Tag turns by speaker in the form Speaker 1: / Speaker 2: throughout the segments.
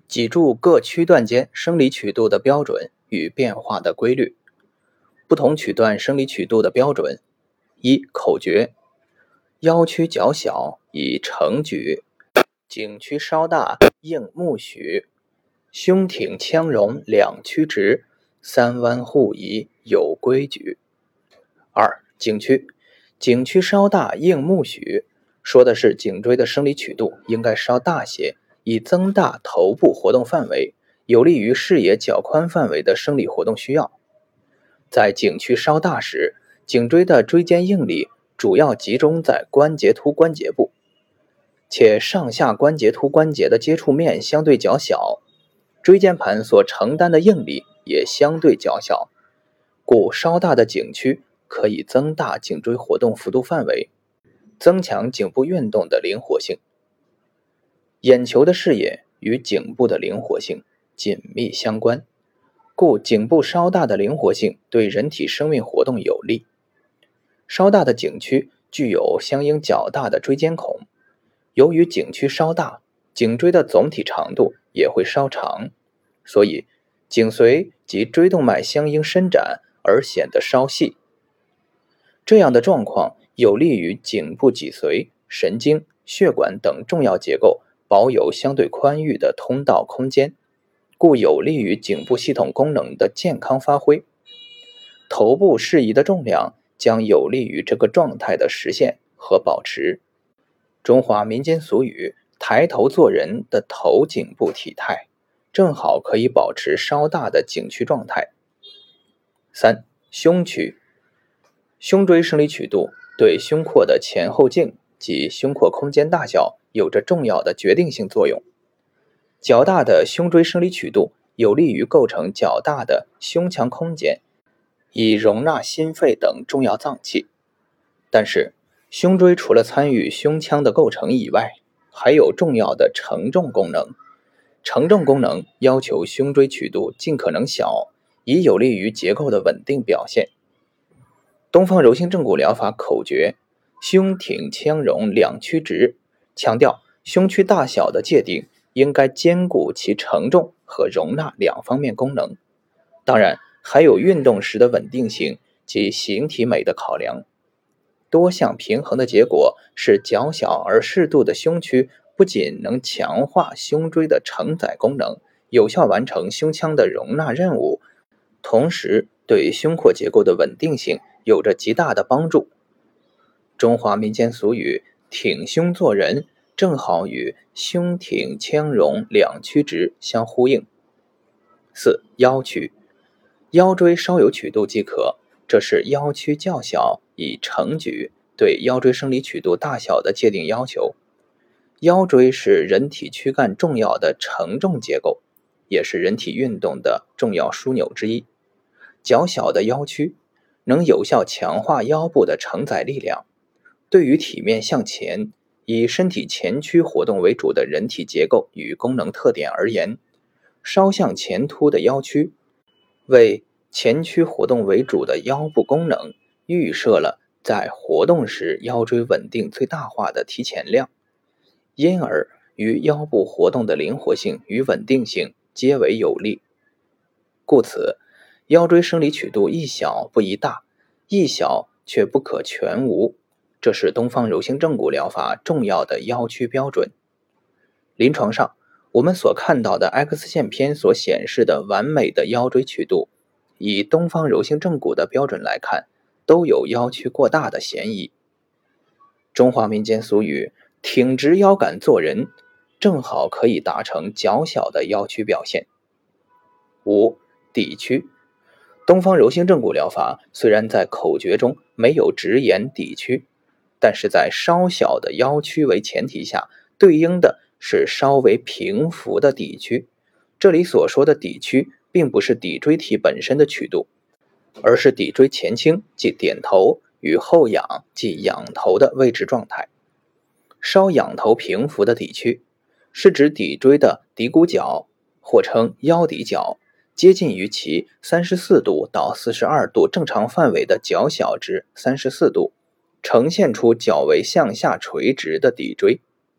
Speaker 1: 脊柱各区段间生理曲度的标准与变化的规律。不同曲段生理曲度的标准：一、口诀：腰区较小以承举，颈区稍大应目许，胸挺腔容两曲直，三弯互移有规矩。二、颈区：颈区稍大应目许，说的是颈椎的生理曲度应该稍大些，以增大头部活动范围，有利于视野较宽范围的生理活动需要。在颈区稍大时，颈椎的椎间应力主要集中在关节突关节部，且上下关节突关节的接触面相对较小，椎间盘所承担的应力也相对较小，故稍大的颈区可以增大颈椎活动幅度范围，增强颈部运动的灵活性。眼球的视野与颈部的灵活性紧密相关，故颈部稍大的灵活性对人体生命活动有利。稍大的颈区具有相应较大的椎间孔，由于颈区稍大，颈椎的总体长度也会稍长，所以颈髓及椎动脉相应伸展而显得稍细。这样的状况有利于颈部脊髓、神经、血管等重要结构保有相对宽裕的通道空间，故有利于颈部系统功能的健康发挥。头部适宜的重量将有利于这个状态的实现和保持。中华民间俗语抬头做人的头颈部体态，正好可以保持稍大的颈区状态。三、胸区。胸椎生理曲度对胸廓的前后径及胸廓空间大小有着重要的决定性作用。较大的胸椎生理曲度有利于构成较大的胸腔空间，以容纳心肺等重要脏器。但是，胸椎除了参与胸腔的构成以外，还有重要的承重功能。承重功能要求胸椎曲度尽可能小，以有利于结构的稳定表现。东方柔性正骨疗法口诀：胸挺腔容两曲直，强调胸区大小的界定应该兼顾其承重和容纳两方面功能，当然还有运动时的稳定性及形体美的考量。多项平衡的结果是较小而适度的胸区不仅能强化胸椎的承载功能，有效完成胸腔的容纳任务，同时对胸廓结构的稳定性有着极大的帮助。中华民间俗语挺胸做人正好与胸挺腔容两曲直相呼应。四、腰区。腰椎稍有曲度即可，这是腰区较小以承举对腰椎生理曲度大小的界定要求。腰椎是人体躯干重要的承重结构，也是人体运动的重要枢纽之一。较小的腰区能有效强化腰部的承载力量。对于体面向前、以身体前屈活动为主的人体结构与功能特点而言，稍向前凸的腰区为前屈活动为主的腰部功能预设了在活动时腰椎稳定最大化的提前量，因而与腰部活动的灵活性与稳定性皆为有利。故此，腰椎生理曲度宜小不宜大，宜小却不可全无，这是东方柔性正骨疗法重要的腰区标准。临床上，我们所看到的 X 线片所显示的完美的腰椎曲度，以东方柔性正骨的标准来看，都有腰区过大的嫌疑。中华民间俗语挺直腰杆做人，正好可以达成较小的腰区表现。五、骶区。东方柔性正骨疗法虽然在口诀中没有直言骶区，但是在稍小的腰区为前提下，对应的是稍微平伏的骶区。这里所说的骶区并不是骶椎体本身的曲度，而是骶椎前倾即点头与后仰即仰头的位置状态。稍仰头平伏的骶区是指骶椎的骶骨角，或称腰骶角，接近于其34度到42度正常范围的较小值34度，呈现出较为向下垂直的骶椎。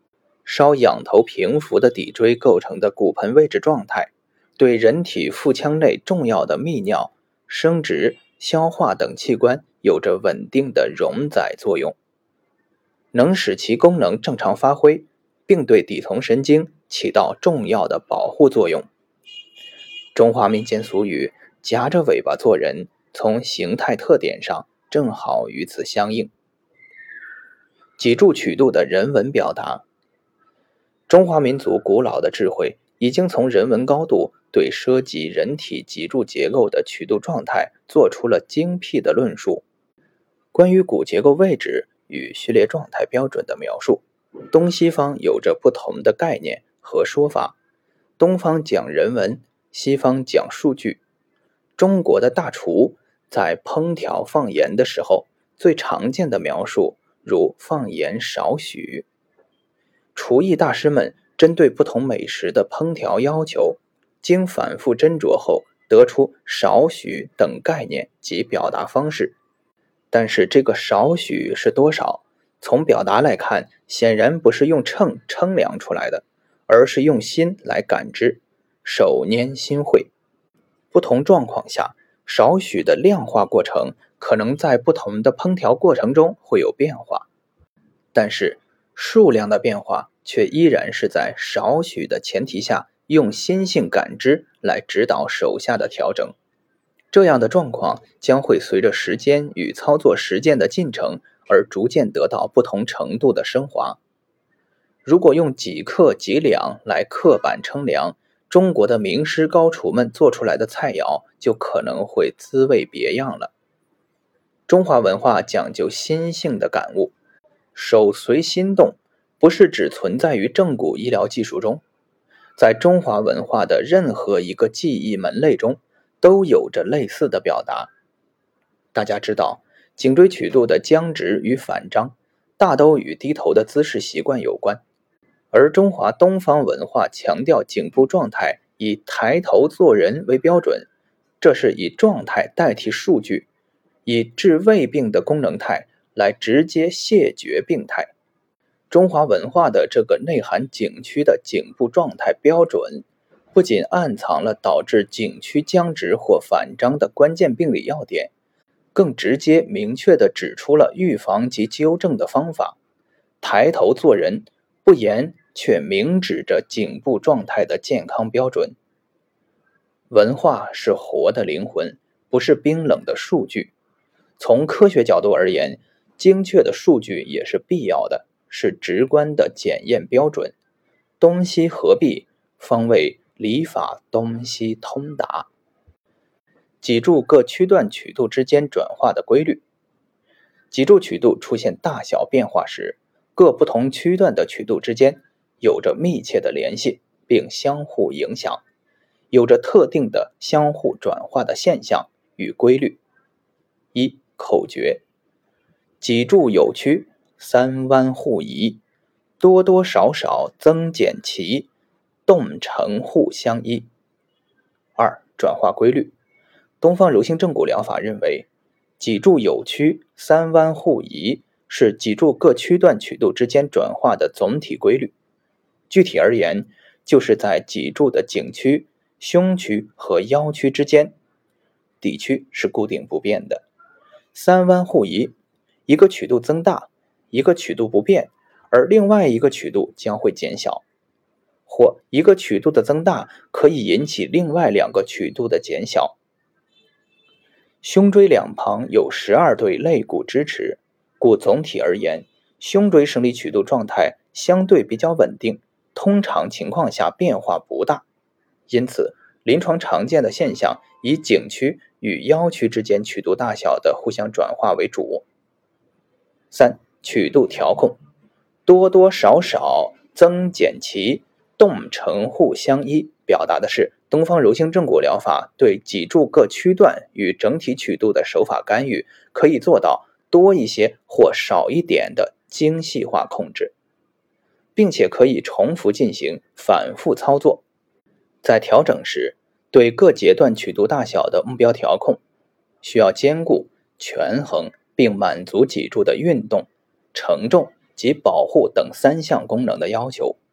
Speaker 1: 稍仰头平伏的骶椎构成的骨盆位置状态，对人体腹腔内重要的泌尿、生殖、消化等器官有着稳定的容载作用，能使其功能正常发挥，并对底层神经起到重要的保护作用。中华民间俗语夹着尾巴做人，从形态特点上正好与此相应。脊柱曲度的人文表达，中华民族古老的智慧已经从人文高度对涉及人体脊柱结构的曲度状态做出了精辟的论述。关于骨结构位置与序列状态标准的描述，东西方有着不同的概念和说法，东方讲人文，西方讲数据。中国的大厨在烹调放盐的时候，最常见的描述如放盐少许。厨艺大师们针对不同美食的烹调要求，经反复斟酌后得出少许等概念及表达方式。但是这个少许是多少，从表达来看，显然不是用秤称量出来的，而是用心来感知，手拈心会。不同状况下，少许的量化过程可能在不同的烹调过程中会有变化，但是数量的变化却依然是在少许的前提下，用心性感知来指导手下的调整。这样的状况将会随着时间与操作实践的进程而逐渐得到不同程度的升华。如果用几克几两来刻板称量，中国的名师高厨们做出来的菜肴就可能会滋味别样了。中华文化讲究心性的感悟，手随心动不是只存在于正骨医疗技术中，在中华文化的任何一个技艺门类中都有着类似的表达。大家知道，颈椎曲度的僵直与反张，大都与低头的姿势习惯有关。而中华东方文化强调颈部状态以抬头做人为标准，这是以状态代替数据，以治胃病的功能态来直接谢绝病态。中华文化的这个内含颈区的颈部状态标准，不仅暗藏了导致颈区僵直或反张的关键病理要点，更直接明确地指出了预防及纠正的方法。抬头做人，不言却明指着颈部状态的健康标准。文化是活的灵魂，不是冰冷的数据。从科学角度而言，精确的数据也是必要的，是直观的检验标准。东西合璧，方为理法东西通达。脊柱各区段曲度之间转化的规律。脊柱曲度出现大小变化时，各不同区段的曲度之间有着密切的联系，并相互影响，有着特定的相互转化的现象与规律。一、口诀：脊柱有曲，三弯互移，多多少少增减齐，动成互相依。二、转化规律。东方柔性正骨疗法认为，脊柱有曲，三弯互移是脊柱各区段曲度之间转化的总体规律。具体而言，就是在脊柱的颈区、胸区和腰区之间，骶区是固定不变的。三弯互移，一个曲度增大，一个曲度不变，而另外一个曲度将会减小，或一个曲度的增大可以引起另外两个曲度的减小。胸椎两旁有12对肋骨支持，故总体而言，胸椎生理曲度状态相对比较稳定，通常情况下变化不大。因此，临床常见的现象以颈区与腰区之间曲度大小的互相转化为主。三、曲度调控，多多少少增减齐，动成互相依，表达的是东方柔性正骨疗法对脊柱各区段与整体曲度的手法干预，可以做到多一些或少一点的精细化控制，并且可以重复进行，反复操作。在调整时，对各节段曲度大小的目标调控，需要兼顾、权衡并满足脊柱的运动、承重及保护等3项功能的要求。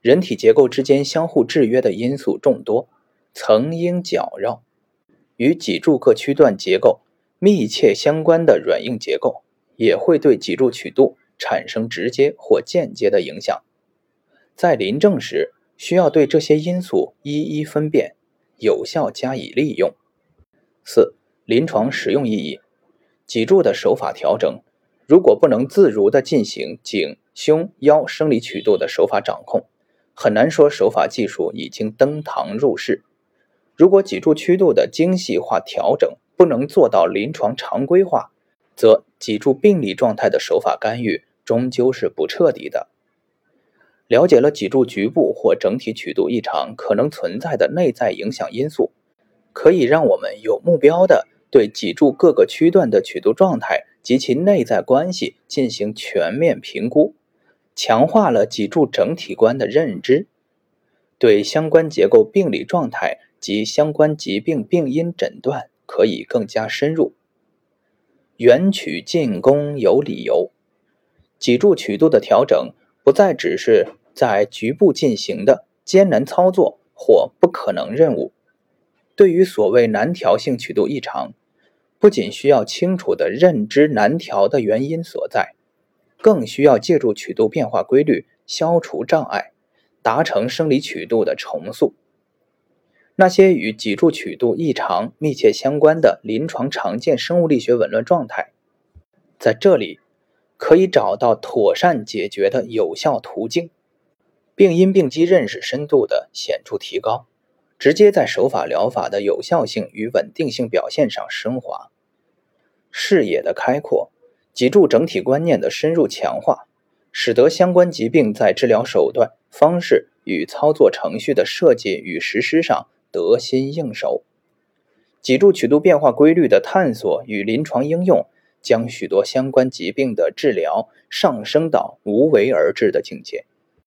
Speaker 1: 人体结构之间相互制约的因素众多，层因绞绕，与脊柱各区段结构密切相关的软硬结构也会对脊柱曲度产生直接或间接的影响。在临证时，需要对这些因素一一分辨，有效加以利用。4. 临床实用意义。脊柱的手法调整，如果不能自如地进行颈、胸、腰生理曲度的手法掌控，很难说手法技术已经登堂入室。如果脊柱曲度的精细化调整不能做到临床常规化，则脊柱病理状态的手法干预终究是不彻底的。了解了脊柱局部或整体曲度异常可能存在的内在影响因素，可以让我们有目标地对脊柱各个区段的曲度状态及其内在关系进行全面评估，强化了脊柱整体观的认知，对相关结构病理状态及相关疾病病因诊断可以更加深入。远曲近攻有理由。脊柱曲度的调整不再只是在局部进行的艰难操作或不可能任务。对于所谓难调性曲度异常，不仅需要清楚地认知难调的原因所在，更需要借助曲度变化规律消除障碍，达成生理曲度的重塑。那些与脊柱曲度异常密切相关的临床常见生物力学紊乱状态，在这里可以找到妥善解决的有效途径，病因病机认识深度的显著提高，直接在手法疗法的有效性与稳定性表现上升华。视野的开阔，脊柱整体观念的深入强化，使得相关疾病在治疗手段、方式与操作程序的设计与实施上得心应手。脊柱曲度变化规律的探索与临床应用，将许多相关疾病的治疗上升到无为而治的境界。